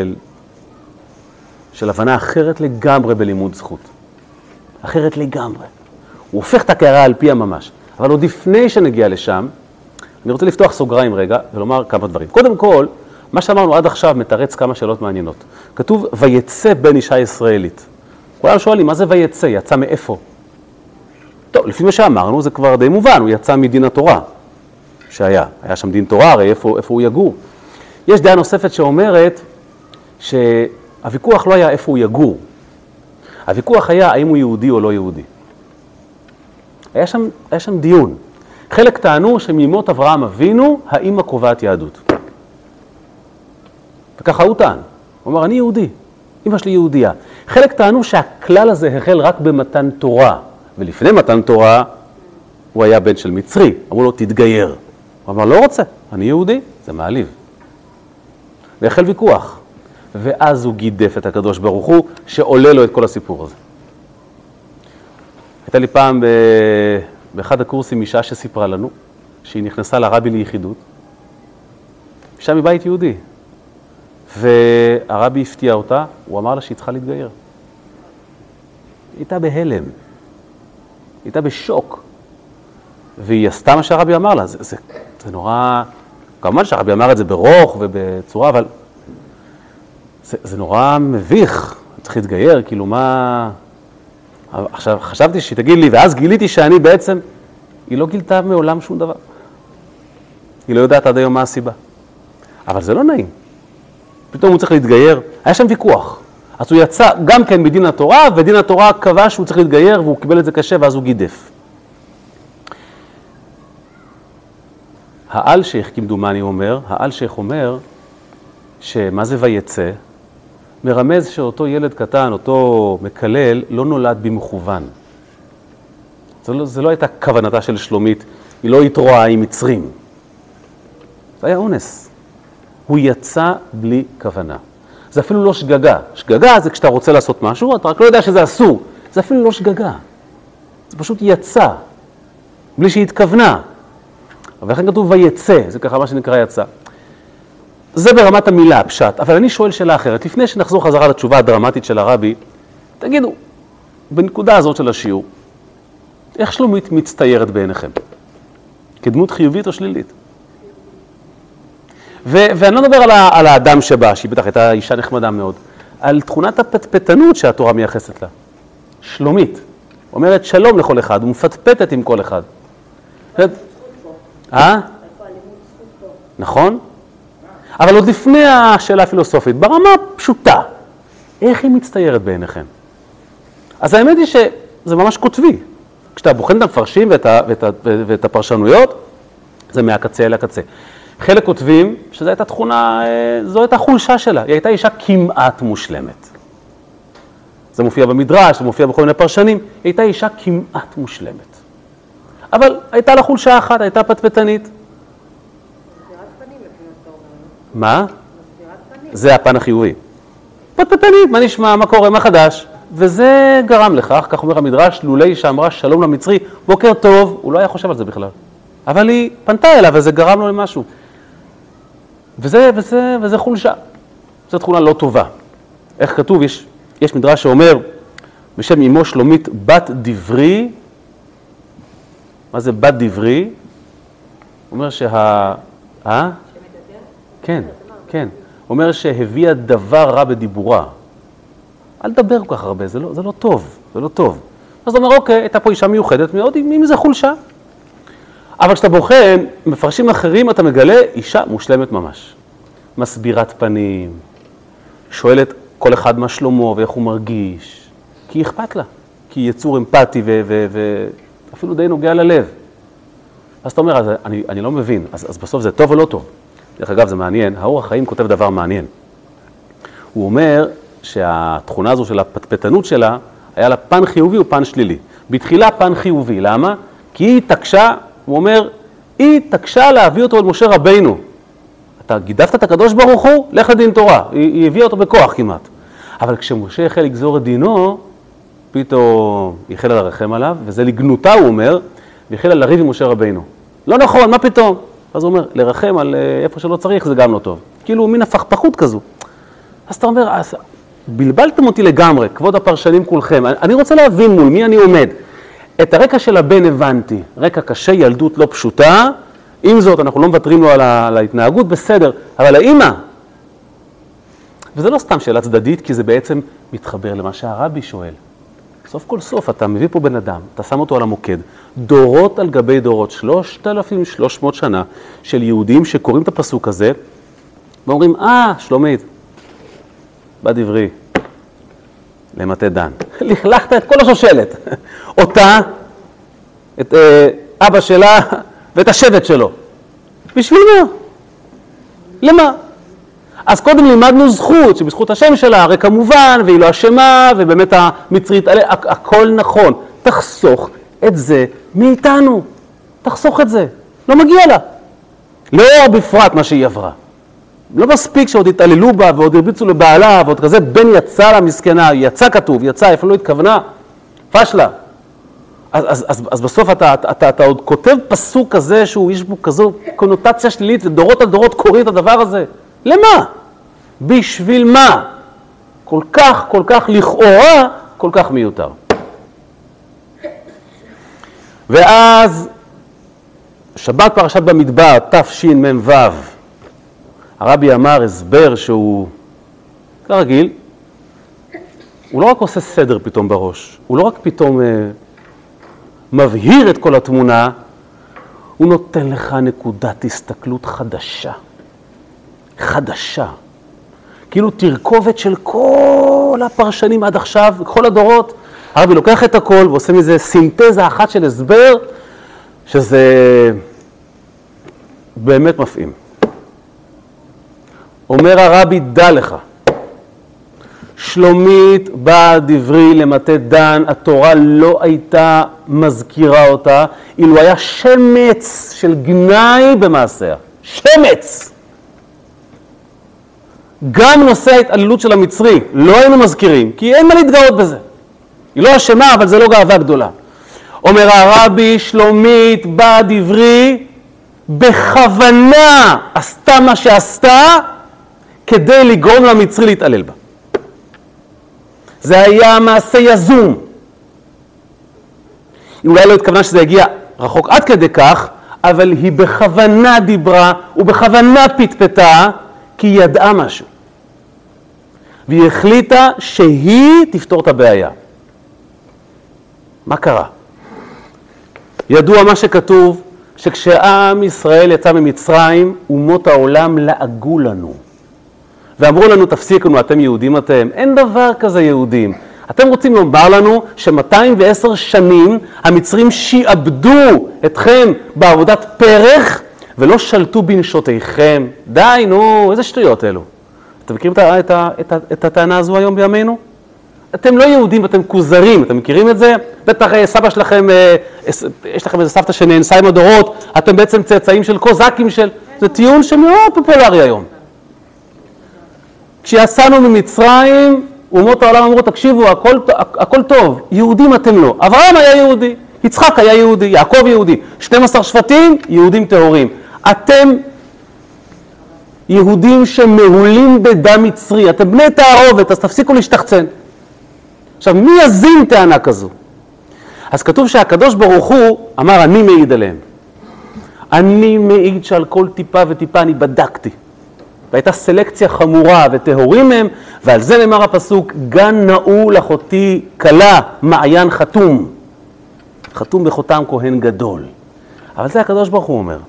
A: של הבנה אחרת לגמרי בלימוד זכות. אחרת לגמרי. הוא הופך את הקערה על פיה ממש. אבל עוד לפני שנגיע לשם, אני רוצה לפתוח סוגריים רגע ולומר כמה דברים. קודם כל, מה שאמרנו עד עכשיו מתרץ כמה שאלות מעניינות. כתוב, ויצא בן אישה ישראלית. כולם שואלים, מה זה ויצא? יצא מאיפה? טוב, לפי מה שאמרנו, זה כבר די מובן, הוא יצא מדין התורה שהיה. היה שם דין תורה, הרי איפה הוא יגור. יש דעה נוספת שאומרת שהוויכוח לא היה איפה הוא יגור. הוויכוח היה האם הוא יהודי או לא יהודי. היה שם דיון. חלק טענו שמימות אברהם אבינו, האמא קובעת יהדות. וככה הוא טען. הוא אמר, אני יהודי, אמא שלי יהודייה. חלק טענו שהכלל הזה החל רק במתן תורה, ולפני מתן תורה הוא היה בן של מצרי. אמרו לו, תתגייר. הוא אמר, לא רוצה, אני יהודי, זה מעליב. והחל ויכוח. ואז הוא גידף את הקדוש ברוך הוא, שעולה לו את כל הסיפור הזה. הייתה לי פעם באחד הקורסים אישה שסיפרה לנו, שהיא נכנסה לרבי ליחידות, אישה מבית יהודי. והרבי הפתיע אותה, הוא אמר לה שהיא צריכה להתגייר. היא הייתה בהלם, היא הייתה בשוק. והיא עשתה מה שהרבי אמר לה, זה נורא, כמובן שהרבי אמר את זה ברוך ובצורה, אבל זה נורא מביך, צריך להתגייר, כאילו מה... עכשיו חשבתי שהיא תגיד לי, ואז גיליתי שאני בעצם, היא לא גילתה מעולם שום דבר. היא לא יודעת עד היום מה הסיבה. אבל זה לא נעים. פתאום הוא צריך להתגייר, היה שם ויכוח. אז הוא יצא גם כן מדין התורה, ודין התורה קבע שהוא צריך להתגייר, והוא קיבל את זה קשה, ואז הוא גידף. העל שייך כמדומני אומר, העל שייך אומר, שמה זה ויצא? מרמז שאותו ילד קטן, אותו מקלל, לא נולד במכוון. זה לא הייתה כוונתה של שלומית, היא לא התרועה עם מצרים. זה היה אונס. הוא יצא בלי כוונה. זה אפילו לא שגגה. שגגה זה כשאתה רוצה לעשות משהו, אתה רק לא יודע שזה אסור. זה אפילו לא שגגה. זה פשוט יצא, בלי שהתכוונה. אבל לכן כתוב ויצא, זה ככה מה שנקרא יצא. זה ברמת המילה, הפשט. אבל אני שואל שאלה אחרת. לפני שנחזור חזרה לתשובה הדרמטית של הרבי, תגידו, בנקודה הזאת של השיעור, איך שלומית מצטיירת בעיניכם? כדמות חיובית או שלילית? ואני לא מדבר על האדם שבא, שהיא בטח הייתה אישה נחמדה מאוד, על תכונת הפטפטנות שהתורה מייחסת לה. שלומית. אומרת שלום לכל אחד, ומפטפטת עם כל אחד. נכון? אבל עוד לפני השאלה הפילוסופית, ברמה פשוטה, איך היא מצטיירת בעיניכם? אז האמת היא שזה ממש כותבי. כשאתה בוחן את המפרשים ואת הפרשנויות, זה מהקצה אל הקצה. חלק כותבים שזו הייתה תכונה, זו הייתה חולשה שלה, היא הייתה אישה כמעט מושלמת. זה מופיע במדרש, זה מופיע בכל מיני פרשנים, היא הייתה אישה כמעט מושלמת. אבל הייתה לה חולשה אחת, הייתה פטפטנית. מה? זה הפן החיובי. פטפטנית, מה נשמע, מה קורה, מה חדש? וזה גרם לכך, כך אומר המדרש, לולי שאמרה שלום למצרי, בוקר טוב, הוא לא היה חושב על זה בכלל. אבל היא פנתה אליו וזה גרם לו למשהו. וזה חולשה. זו תכונה לא טובה. איך כתוב? יש מדרש שאומר, בשם אמו שלומית בת דברי, מה זה בת דברי? אומר כן, כן. אומר שהביאה דבר רע בדיבורה. אל תדבר כל כך הרבה, זה לא טוב, זה לא טוב. אז הוא אומר, אוקיי, הייתה פה אישה מיוחדת מאוד, עם איזה חולשה. אבל כשאתה בוחן, מפרשים אחרים, אתה מגלה אישה מושלמת ממש. מסבירת פנים, שואלת כל אחד מה שלומו ואיך הוא מרגיש, כי היא אכפת לה, כי היא יצור אמפתי ואפילו די נוגע ללב. אז אתה אומר, אז אני לא מבין, אז בסוף זה טוב או לא טוב? דרך אגב, זה מעניין, האור החיים כותב דבר מעניין. הוא אומר שהתכונה הזו של הפטפטנות שלה, היה לה פן חיובי ופן שלילי. בתחילה פן חיובי, למה? כי היא התעקשה, הוא אומר, היא התעקשה להביא אותו אל משה רבינו. אתה גידפת את הקדוש ברוך הוא, לך לדין תורה. היא הביאה אותו בכוח כמעט. אבל כשמשה החל לגזור את דינו, פתאום היא החלה לרחם עליו, וזה לגנותה, הוא אומר, והחלה לריב עם משה רבינו. לא נכון, מה פתאום? אז הוא אומר, לרחם על איפה שלא צריך, זה גם לא טוב. כאילו, מין הפכפכות כזו. אז אתה אומר, בלבלתם אותי לגמרי, כבוד הפרשנים כולכם. אני רוצה להבין מול מי אני עומד. את הרקע של הבן הבנתי, רקע קשה, ילדות לא פשוטה, עם זאת, אנחנו לא מוותרים לו על ההתנהגות, בסדר, אבל האמא, וזה לא סתם שאלה צדדית, כי זה בעצם מתחבר למה שהרבי שואל. סוף כל סוף, אתה מביא פה בן אדם, אתה שם אותו על המוקד, דורות על גבי דורות, 3,300 שנה של יהודים שקוראים את הפסוק הזה, ואומרים, שלומית, בדברי, למטה דן. לכלכת את כל השושלת. אותה, את אבא שלה ואת השבט שלו. בשביל מה? למה? אז קודם לימדנו זכות, שבזכות השם שלה, הרי כמובן, והיא לא אשמה, ובאמת המצרית, הכל נכון. תחסוך את זה מאיתנו. תחסוך את זה. לא מגיע לה. לא בפרט מה שהיא עברה. לא מספיק שעוד התעללו בה ועוד הרביצו לבעלה ועוד כזה, בן יצא לה מסכנה, יצא כתוב, יצא, איפה לא התכוונה, פשלה. אז בסוף אתה עוד כותב פסוק כזה שהוא יש בו כזו קונוטציה שלילית ודורות על דורות קוראים את הדבר הזה. למה? בשביל מה? כל כך לכאורה, כל כך מיותר. ואז שבת פרשת במדבר, תשמ"ו, הרבי אמר הסבר שהוא, כרגיל, הוא לא רק עושה סדר פתאום בראש, הוא לא רק פתאום מבהיר את כל התמונה, הוא נותן לך נקודת הסתכלות חדשה. כאילו תרכובת של כל הפרשנים עד עכשיו, כל הדורות, הרבי לוקח את הכל ועושה מזה סינתזה אחת של הסבר, שזה באמת מפעים. אומר הרבי, דע לך, שלומית בדברי למטה דן, התורה לא הייתה מזכירה אותה, אילו היה שמץ של גנאי במעשיה. שמץ! גם נושא ההתעללות של המצרי לא היינו מזכירים, כי אין מה להתגאות בזה. היא לא אשמה, אבל זה לא גאווה גדולה. אומר הרבי, שלומית בדברי, בכוונה עשתה מה שעשתה, כדי לגרום למצרי להתעלל בה. זה היה מעשה יזום. היא אולי לא התכוונה שזה יגיע רחוק עד כדי כך, אבל היא בכוונה דיברה ובכוונה פטפטה, כי היא ידעה משהו. והיא החליטה שהיא תפתור את הבעיה. מה קרה? ידוע מה שכתוב, שכשעם ישראל יצא ממצרים, אומות העולם לעגו לנו. ואמרו לנו, תפסיקו, אתם יהודים אתם. אין דבר כזה יהודים. אתם רוצים לומר לנו ש210 שנים המצרים שיעבדו אתכם בעבודת פרח ולא שלטו בנשותיכם. די, נו, איזה שטויות אלו. אתם מכירים את הטענה הזו היום בימינו? אתם לא יהודים, אתם כוזרים, אתם מכירים את זה? בטח סבא שלכם, יש לכם איזה סבתא שנאנסה עם הדורות, אתם בעצם צאצאים של קוזקים של... זה טיעון שמאוד פופולרי היום. כשיצאנו ממצרים, אומות העולם אמרו, תקשיבו, הכל טוב, יהודים אתם לא. אברהם היה יהודי, יצחק היה יהודי, יעקב יהודי, 12 שבטים, יהודים טהורים. אתם יהודים שמהולים בדם מצרי, אתם בני תערובת, אז תפסיקו להשתחצן. עכשיו, מי יזין טענה כזו? אז כתוב שהקדוש ברוך הוא אמר, אני מעיד עליהם. אני מעיד שעל כל טיפה וטיפה אני בדקתי. והייתה סלקציה חמורה וטהורים הם, ועל זה נאמר הפסוק, גן נעול אחותי קלה, מעיין חתום. חתום בחותם כהן גדול. אבל זה הקדוש ברוך הוא אומר.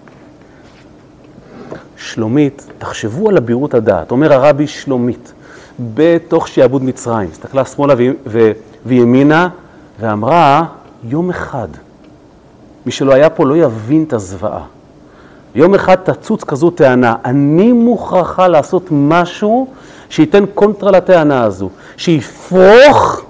A: שלומית, תחשבו על הבירות הדעת. אומר הרבי שלומית, בתוך שיעבוד מצרים, הסתכלה שמאלה וימינה, ואמרה, יום אחד, מי שלא היה פה לא יבין את הזוועה. יום אחד תצוץ כזו טענה, אני מוכרחה לעשות משהו שייתן קונטרה לטענה הזו, שיפרוך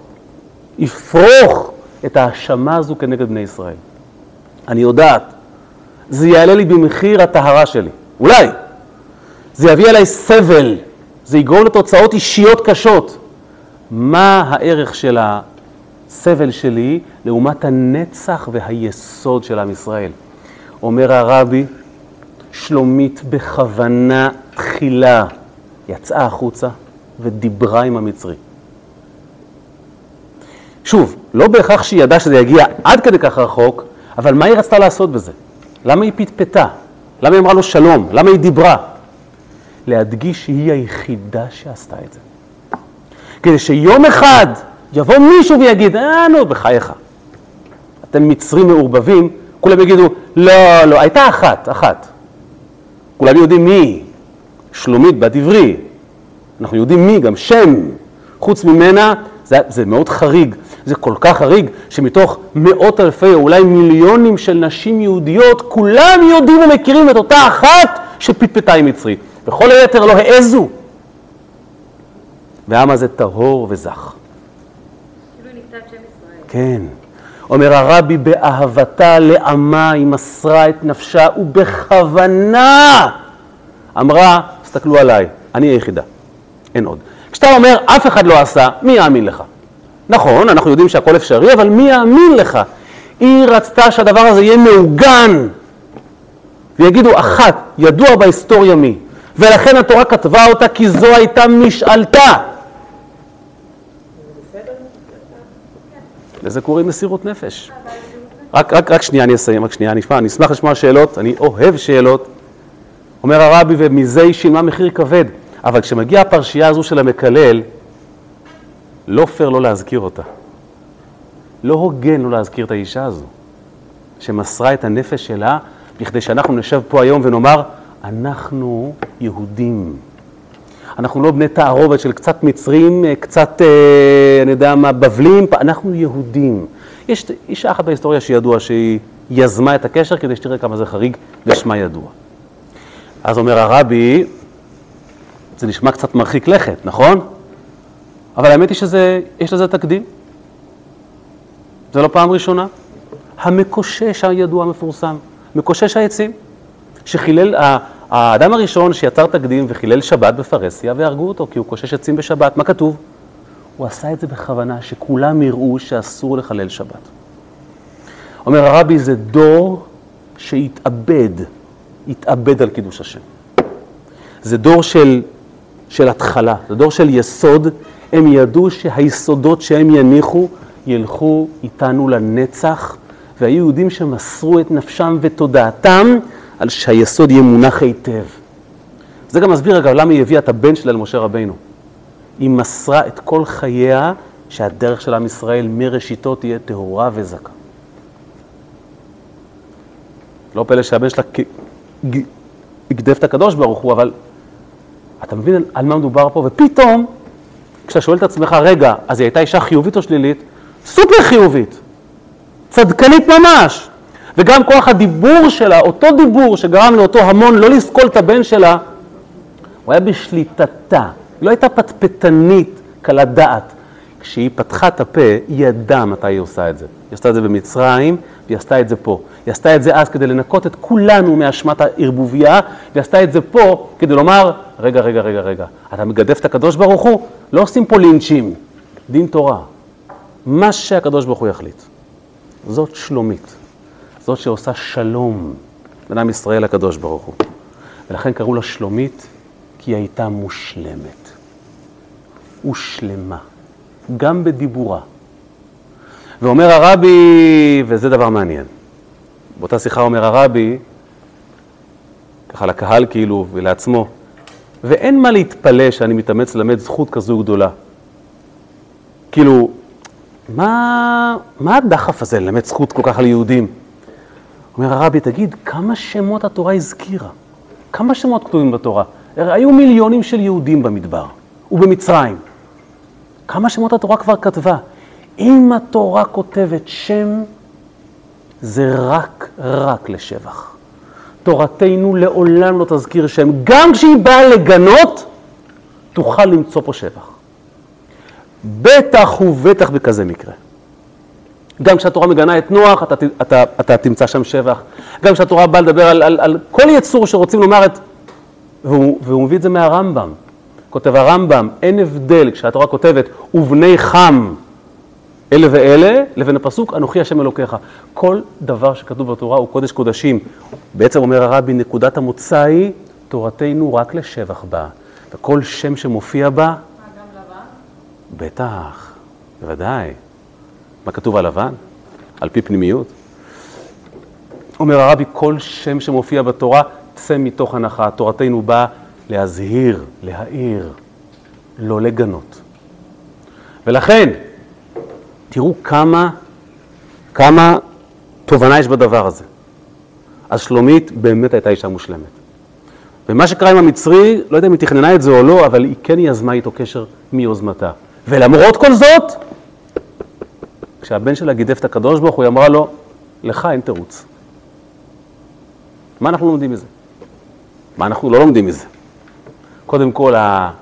A: את האשמה הזו כנגד בני ישראל. אני יודעת, זה יעלה לי במחיר הטהרה שלי. אולי. זה יביא עליי סבל, זה יגרום לתוצאות אישיות קשות. מה הערך של הסבל שלי לעומת הנצח והיסוד של עם ישראל? אומר הרבי, שלומית בכוונה תחילה יצאה החוצה ודיברה עם המצרי. שוב, לא בהכרח שהיא ידעה שזה יגיע עד כדי כך רחוק, אבל מה היא רצתה לעשות בזה? למה היא פטפטה? למה היא אמרה לו שלום? למה היא דיברה? להדגיש שהיא היחידה שעשתה את זה. כדי שיום אחד יבוא מישהו ויגיד, נו, בחייך. אתם מצרים מעורבבים, כולם יגידו, לא, הייתה אחת. כולם יודעים מי, שלומית בת עברי. אנחנו יודעים מי, גם שם. חוץ ממנה, זה מאוד חריג. זה כל כך חריג שמתוך מאות אלפי או אולי מיליונים של נשים יהודיות, כולם יודעים ומכירים את אותה אחת שפטפטה עם מצרי. וכל היתר לא העזו. והעם הזה טהור וזך.
B: כאילו נקטע שם ישראל.
A: כן. אומר הרבי, באהבתה לעמה היא מסרה את נפשה ובכוונה אמרה, תסתכלו עליי, אני היחידה, אין עוד. כשאתה אומר, אף אחד לא עשה, מי יאמין לך? נכון, אנחנו יודעים שהכל אפשרי, אבל מי יאמין לך? היא רצתה שהדבר הזה יהיה מעוגן, ויגידו, אחת, ידוע בהיסטוריה מי, ולכן התורה כתבה אותה, כי זו הייתה משאלתה. לזה קוראים מסירות נפש. רק שנייה, אני אסיים, אני אשמח לשמוע שאלות, אני אוהב שאלות. אומר הרבי, ומזה היא שילמה מחיר כבד. אבל כשמגיעה הפרשייה הזו של המקלל, לא פייר לא להזכיר אותה. לא הוגן לא להזכיר את האישה הזו, שמסרה את הנפש שלה, בכדי שאנחנו נשב פה היום ונאמר, אנחנו יהודים. אנחנו לא בני תערובת של קצת מצרים, קצת, אני יודע מה, בבלים, אנחנו יהודים. יש אישה אחת בהיסטוריה שידוע שהיא יזמה את הקשר כדי שתראה כמה זה חריג ושמה ידוע. אז אומר הרבי, זה נשמע קצת מרחיק לכת, נכון? אבל האמת היא שיש לזה תקדים. זה לא פעם ראשונה. המקושש הידוע המפורסם, מקושש העצים, שחילל, האדם הראשון שיצר תקדים וחילל שבת בפרסיה והרגו אותו כי הוא קושש עצים בשבת. מה כתוב? הוא עשה את זה בכוונה, שכולם יראו שאסור לחלל שבת. אומר הרבי, זה דור שהתאבד על קידוש השם. זה דור של התחלה, זה דור של יסוד. הם ידעו שהיסודות שהם יניחו ילכו איתנו לנצח, והיו יהודים שמסרו את נפשם ותודעתם על שהיסוד יהיה מונח היטב. זה גם מסביר אגב למה היא הביאה את הבן שלה למשה רבינו. היא מסרה את כל חייה שהדרך של עם ישראל מראשיתו תהיה טהורה וזכה. לא פלא שהבן שלה יגדף את הקדוש ברוך הוא, אבל אתה מבין על מה מדובר פה? ופתאום, כשאתה שואל את עצמך, רגע, אז היא הייתה אישה חיובית או שלילית? סופר חיובית, צדקנית ממש. וגם כוח הדיבור שלה, אותו דיבור שגרם לאותו המון לא לסכול את הבן שלה, הוא היה בשליטתה. היא לא הייתה פטפטנית, קלת דעת. כשהיא פתחה את הפה, היא ידעה מתי היא עושה את זה. היא עשתה את זה במצרים, והיא עשתה את זה פה. היא עשתה את זה אז כדי לנקות את כולנו מאשמת הערבוביה, והיא עשתה את זה פה כדי לומר, רגע, אתה מגדף את הקדוש ברוך הוא? לא עושים פה לינצ'ים, דין תורה. מה שהקדוש ברוך הוא יחליט. זאת שלומית. זאת שעושה שלום בין עם ישראל הקדוש ברוך הוא. ולכן קראו לה שלומית, כי היא הייתה מושלמת. ושלמה. גם בדיבורה. ואומר הרבי, וזה דבר מעניין, באותה שיחה אומר הרבי, ככה לקהל כאילו ולעצמו, ואין מה להתפלא שאני מתאמץ ללמד זכות כזו גדולה. כאילו, מה הדחף הזה ללמד זכות כל כך על יהודים? אומר הרבי, תגיד, כמה שמות התורה הזכירה? כמה שמות כתובים בתורה? היו מיליונים של יהודים במדבר ובמצרים. כמה שמות התורה כבר כתבה? אם התורה כותבת שם, זה רק לשבח. תורתנו לעולם לא תזכיר שם. גם כשהיא באה לגנות, תוכל למצוא פה שבח. בטח ובטח בכזה מקרה. גם כשהתורה מגנה את נוח, אתה תמצא שם שבח. גם כשהתורה באה לדבר על כל יצור שרוצים לומר את... והוא מביא את זה מהרמב"ם. כותב הרמב"ם, אין הבדל כשהתורה כותבת, ובני חם אלה ואלה, לבין הפסוק, אנוכי השם אלוקיך. כל דבר שכתוב בתורה הוא קודש קודשים. בעצם אומר הרבי, נקודת המוצא היא, תורתנו רק לשבח בה. וכל שם שמופיע בה...
B: גם לבן?
A: בטח, בוודאי. מה כתוב על לבן? על פי פנימיות. אומר הרבי, כל שם שמופיע בתורה, צא מתוך הנחה. תורתנו באה להזהיר, להעיר, לא לגנות. ולכן, תראו כמה תובנה יש בדבר הזה. אז שלומית באמת הייתה אישה מושלמת. ומה שקרה עם המצרי, לא יודע אם היא תכננה את זה או לא, אבל היא כן יזמה איתו קשר מיוזמתה. ולמרות כל זאת, כשהבן שלה גידף את הקדוש ברוך הוא, היא אמרה לו, לך אין תירוץ. מה אנחנו לומדים מזה? מה אנחנו לא לומדים מזה? קודם כל,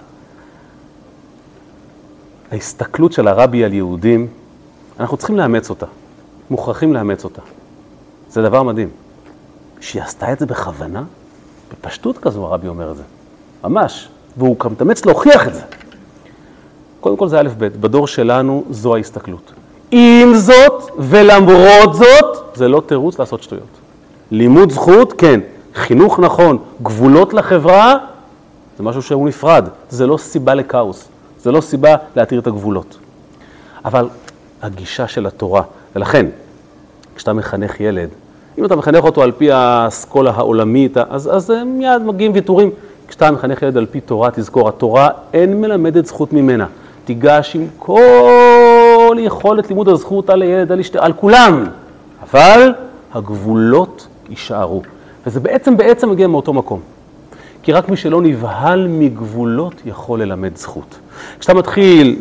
A: ההסתכלות של הרבי על יהודים, אנחנו צריכים לאמץ אותה. מוכרחים לאמץ אותה. זה דבר מדהים. שהיא עשתה את זה בכוונה, בפשטות כזו הרבי אומר את זה. ממש. והוא גם מתאמץ להוכיח את זה. קודם כל זה א' ב', בדור שלנו זו ההסתכלות. עם זאת ולמרות זאת, זה לא תירוץ לעשות שטויות. לימוד זכות, כן. חינוך נכון, גבולות לחברה, זה משהו שהוא נפרד. זה לא סיבה לקאוס. זה לא סיבה להתיר את הגבולות. אבל הגישה של התורה, ולכן, כשאתה מחנך ילד, אם אתה מחנך אותו על פי האסכולה העולמית, אז מיד מגיעים ויתורים. כשאתה מחנך ילד על פי תורה, תזכור, התורה אין מלמדת זכות ממנה. תיגש עם כל יכולת לימוד הזכות על הילד, על כולם. אבל הגבולות יישארו. וזה בעצם מגיע מאותו מקום. כי רק מי שלא נבהל מגבולות יכול ללמד זכות. כשאתה מתחיל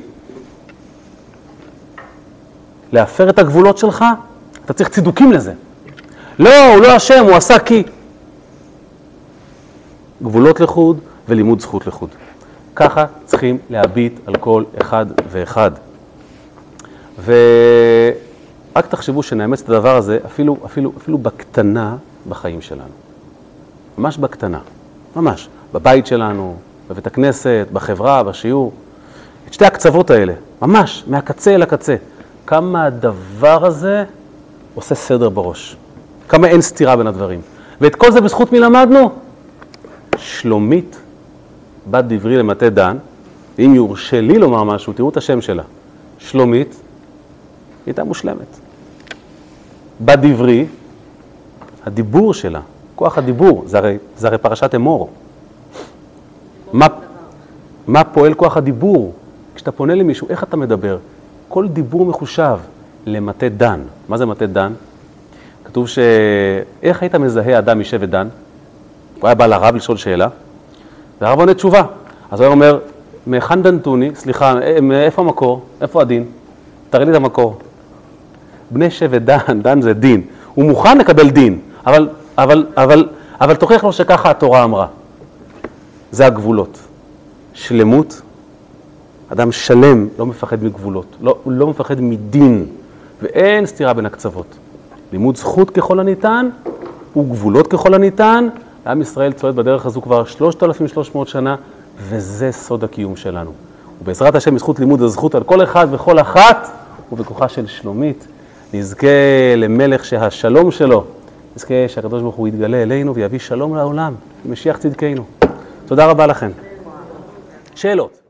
A: להפר את הגבולות שלך, אתה צריך צידוקים לזה. לא, הוא לא אשם, הוא עשה כי. גבולות לחוד ולימוד זכות לחוד. ככה צריכים להביט על כל אחד ואחד. ורק תחשבו שנאמץ את הדבר הזה אפילו בקטנה בחיים שלנו. ממש בקטנה. ממש. בבית שלנו, בבית הכנסת, בחברה, בשיעור. את שתי הקצוות האלה. ממש, מהקצה אל הקצה. כמה הדבר הזה עושה סדר בראש. כמה אין סתירה בין הדברים. ואת כל זה בזכות מי למדנו? שלומית, בת דברי למטה דן, ואם יורשה לי לומר משהו, תראו את השם שלה. שלומית, היא הייתה מושלמת. בת דברי, הדיבור שלה, כוח הדיבור, זה הרי פרשת אמור. מה פועל כוח הדיבור? כשאתה פונה למישהו, איך אתה מדבר? כל דיבור מחושב למטה דן. מה זה מטה דן? כתוב איך היית מזהה אדם משבט דן? הוא היה בא לרב לשאול שאלה, והרב עונה תשובה. אז הוא אומר, מהיכן דנתוני? סליחה, מאיפה המקור? איפה הדין? תראי לי את המקור. בני שבט דן, דן זה דין. הוא מוכן לקבל דין, אבל תוכיח לו שככה התורה אמרה. זה הגבולות. שלמות, אדם שלם לא מפחד מגבולות, לא מפחד מדין, ואין סתירה בין הקצוות. לימוד זכות ככל הניתן, וגבולות ככל הניתן, עם ישראל צועד בדרך הזו כבר 3,300 שנה, וזה סוד הקיום שלנו. ובעזרת השם, בזכות לימוד הזכות על כל אחד וכל אחת, ובכוחה של שלומית, נזכה למלך שהשלום שלו, נזכה שהקדוש ברוך הוא יתגלה אלינו ויביא שלום לעולם, משיח צדקנו. תודה רבה לכם. שאלות.